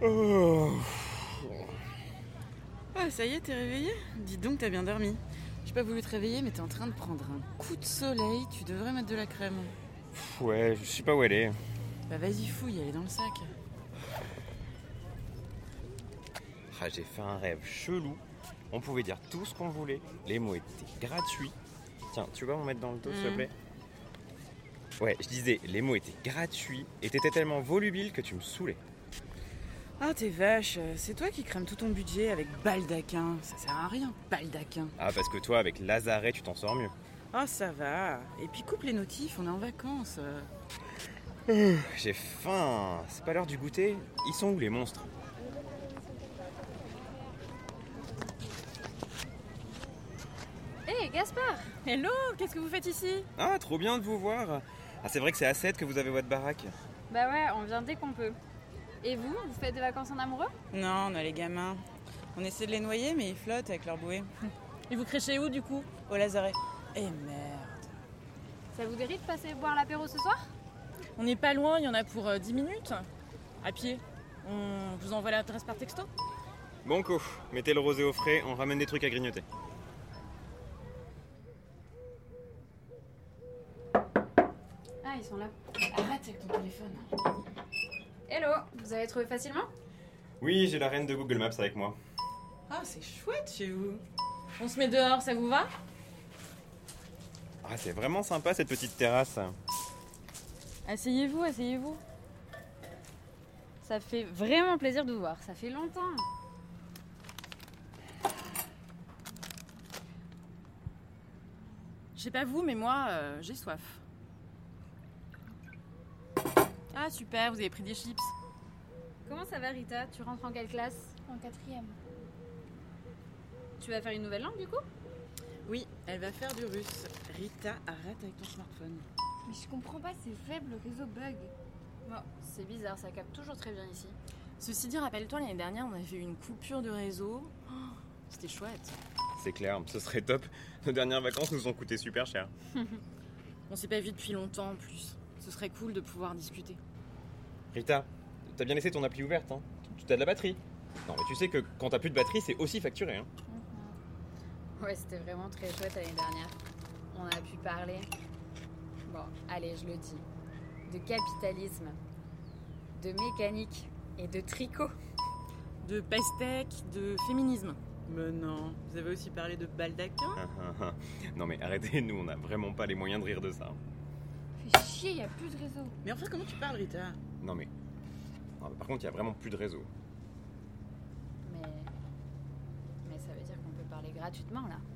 Oh. Ah, ça y est, t'es réveillé ? Dis donc, t'as bien dormi. J'ai pas voulu te réveiller, mais t'es en train de prendre un coup de soleil. Tu devrais mettre de la crème. Ouais, je sais pas où elle est. Bah vas-y, fouille, elle est dans le sac. Ah, j'ai fait un rêve chelou. On pouvait dire tout ce qu'on voulait. Les mots étaient gratuits. Tiens, tu vas m'en mettre dans le dos, s'il te plaît ? Ouais, je disais, les mots étaient gratuits et t'étais tellement volubile que tu me saoulais. Ah, t'es vache, c'est toi qui crèmes tout ton budget avec baldaquin. Ça sert à rien, baldaquin. Ah, parce que toi, avec Lazaret, tu t'en sors mieux. Oh, ça va. Et puis coupe les notifs, on est en vacances. J'ai faim. C'est pas l'heure du goûter. Ils sont où les monstres ? Hé, Gaspard! Hello, qu'est-ce que vous faites ici ? Ah, trop bien de vous voir. Ah, c'est vrai que c'est à 7 que vous avez votre baraque. Bah ouais, on vient dès qu'on peut. Et vous faites des vacances en amoureux? Non, on a les gamins. On essaie de les noyer, mais ils flottent avec leur bouée. Et vous créchez où du coup? Au Lazaret. Eh merde. Ça vous dirait de passer boire l'apéro ce soir? On n'est pas loin, il y en a pour 10 minutes. À pied. On vous envoie l'adresse par texto? Banco, mettez le rosé au frais, on ramène des trucs à grignoter. Ah, ils sont là. Arrête avec ton téléphone. Hello, vous avez trouvé facilement? Oui, j'ai la reine de Google Maps avec moi. Ah, c'est chouette chez vous. On se met dehors, ça vous va? Ah, c'est vraiment sympa cette petite terrasse. Asseyez-vous, asseyez-vous. Ça fait vraiment plaisir de vous voir, ça fait longtemps. Je sais pas vous, mais moi, j'ai soif. Ah super, vous avez pris des chips. Comment ça va Rita? Tu rentres en quelle classe? En 4e. Tu vas faire une nouvelle langue du coup? Oui, elle va faire du russe. Rita, arrête avec ton smartphone. Mais je comprends pas, c'est faible, le réseau bug. Bon, c'est bizarre, ça capte toujours très bien ici. Ceci dit, rappelle-toi, l'année dernière, on avait fait une coupure de réseau. Oh, c'était chouette. C'est clair, ce serait top. Nos dernières vacances nous ont coûté super cher. On s'est pas vu depuis longtemps en plus. Ce serait cool de pouvoir discuter. Rita, t'as bien laissé ton appli ouverte, hein ? Tu as de la batterie. Non, mais tu sais que quand t'as plus de batterie, c'est aussi facturé, hein ? Ouais, c'était vraiment très chouette l'année dernière. On a pu parler. Bon, allez, je le dis. De capitalisme, de mécanique et de tricot. De pastèque, de féminisme. Mais non, vous avez aussi parlé de baldaquin ? Non mais arrêtez, nous on n'a vraiment pas les moyens de rire de ça. Fais chier, y a plus de réseau. Mais enfin, comment tu parles, Rita ? Non mais par contre, il y a vraiment plus de réseau. Mais ça veut dire qu'on peut parler gratuitement là.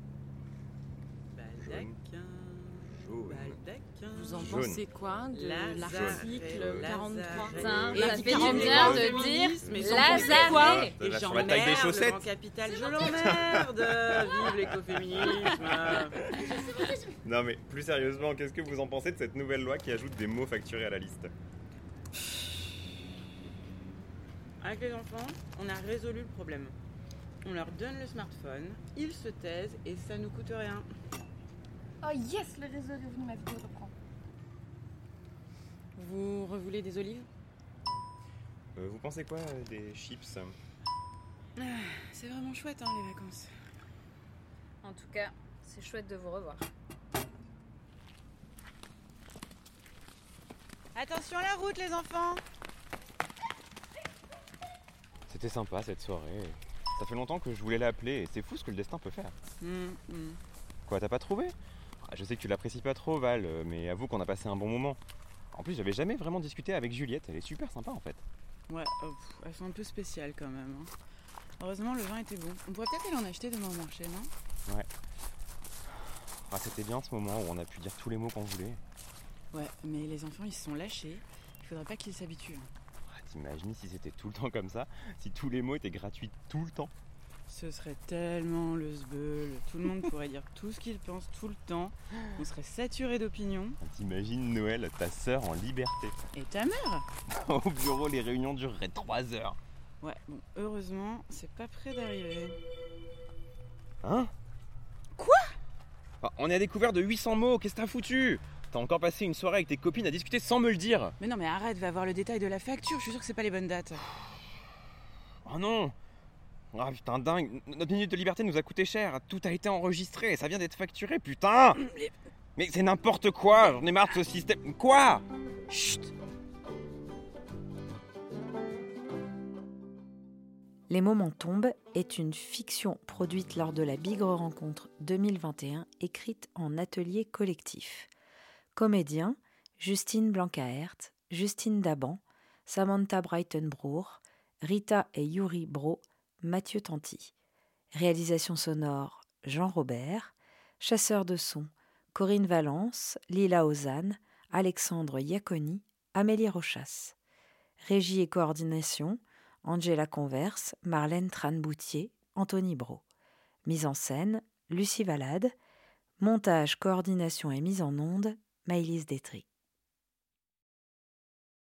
Baldaquin. Jaune. Baldaquin. Vous en Jaune. pensez quoi de Lazaret, l'article 43? Putain, Et ça dit fait qu'il du est bien grand de féministe, mais dire sans Lazaret. Ça Et va sur la taille des j'emmerde chaussettes. le grand capital, je l'emmerde. Vive l'écoféminisme. Non mais plus sérieusement, qu'est-ce que vous en pensez de cette nouvelle loi qui ajoute des mots facturés à la liste ? Avec les enfants, on a résolu le problème. On leur donne le smartphone, ils se taisent et ça nous coûte rien. Oh yes, le réseau est revenu, ma vidéo reprend. Vous revoulez des olives? Vous pensez quoi des chips ? C'est vraiment chouette, hein, les vacances. En tout cas, c'est chouette de vous revoir. Attention à la route, les enfants. C'était sympa cette soirée. Ça fait longtemps que je voulais l'appeler et c'est fou ce que le destin peut faire. Quoi, t'as pas trouvé ? Je sais que tu l'apprécies pas trop, Val, mais avoue qu'on a passé un bon moment. En plus, j'avais jamais vraiment discuté avec Juliette, elle est super sympa en fait. Ouais, elles sont un peu spéciales quand même. Hein. Heureusement, le vin était bon. On pourrait peut-être aller en acheter demain au marché, non ? Ouais. Ah, c'était bien ce moment où on a pu dire tous les mots qu'on voulait. Ouais, mais les enfants, ils se sont lâchés. Il faudrait pas qu'ils s'habituent. T'imagines si c'était tout le temps comme ça ? Si tous les mots étaient gratuits tout le temps ? Ce serait tellement le sbeul. Tout le monde pourrait dire tout ce qu'il pense tout le temps. On serait saturé d'opinions. T'imagines Noël, ta sœur en liberté. Et ta mère ? Au bureau, les réunions dureraient 3 heures. Ouais, bon, heureusement, c'est pas près d'arriver. Hein ? Quoi ? On est à découvert de 800 mots, qu'est-ce que t'as foutu ? T'as encore passé une soirée avec tes copines à discuter sans me le dire. Mais non, mais arrête, va voir le détail de la facture. Je suis sûre que c'est pas les bonnes dates. Oh non! Ah putain, dingue! Notre minute de liberté nous a coûté cher. Tout a été enregistré. Ça vient d'être facturé, putain! Mais c'est n'importe quoi! J'en ai marre de ce système. Quoi? Chut! Les moments tombent est une fiction produite lors de la Bigre Rencontre 2021, écrite en atelier collectif. Comédiens, Justine Blancaert, Justine Daban, Samantha Breitenbroer, Rita et Yuri Bro, Mathieu Tanti. Réalisation sonore, Jean Robert. Chasseur de son, Corinne Valence, Lila Ozanne, Alexandre Iaconi, Amélie Rochas. Régie et coordination, Angela Converse, Marlène Tran-Boutier, Anthony Bro. Mise en scène, Lucie Valade. Montage, coordination et mise en onde, Maëlys Détrick.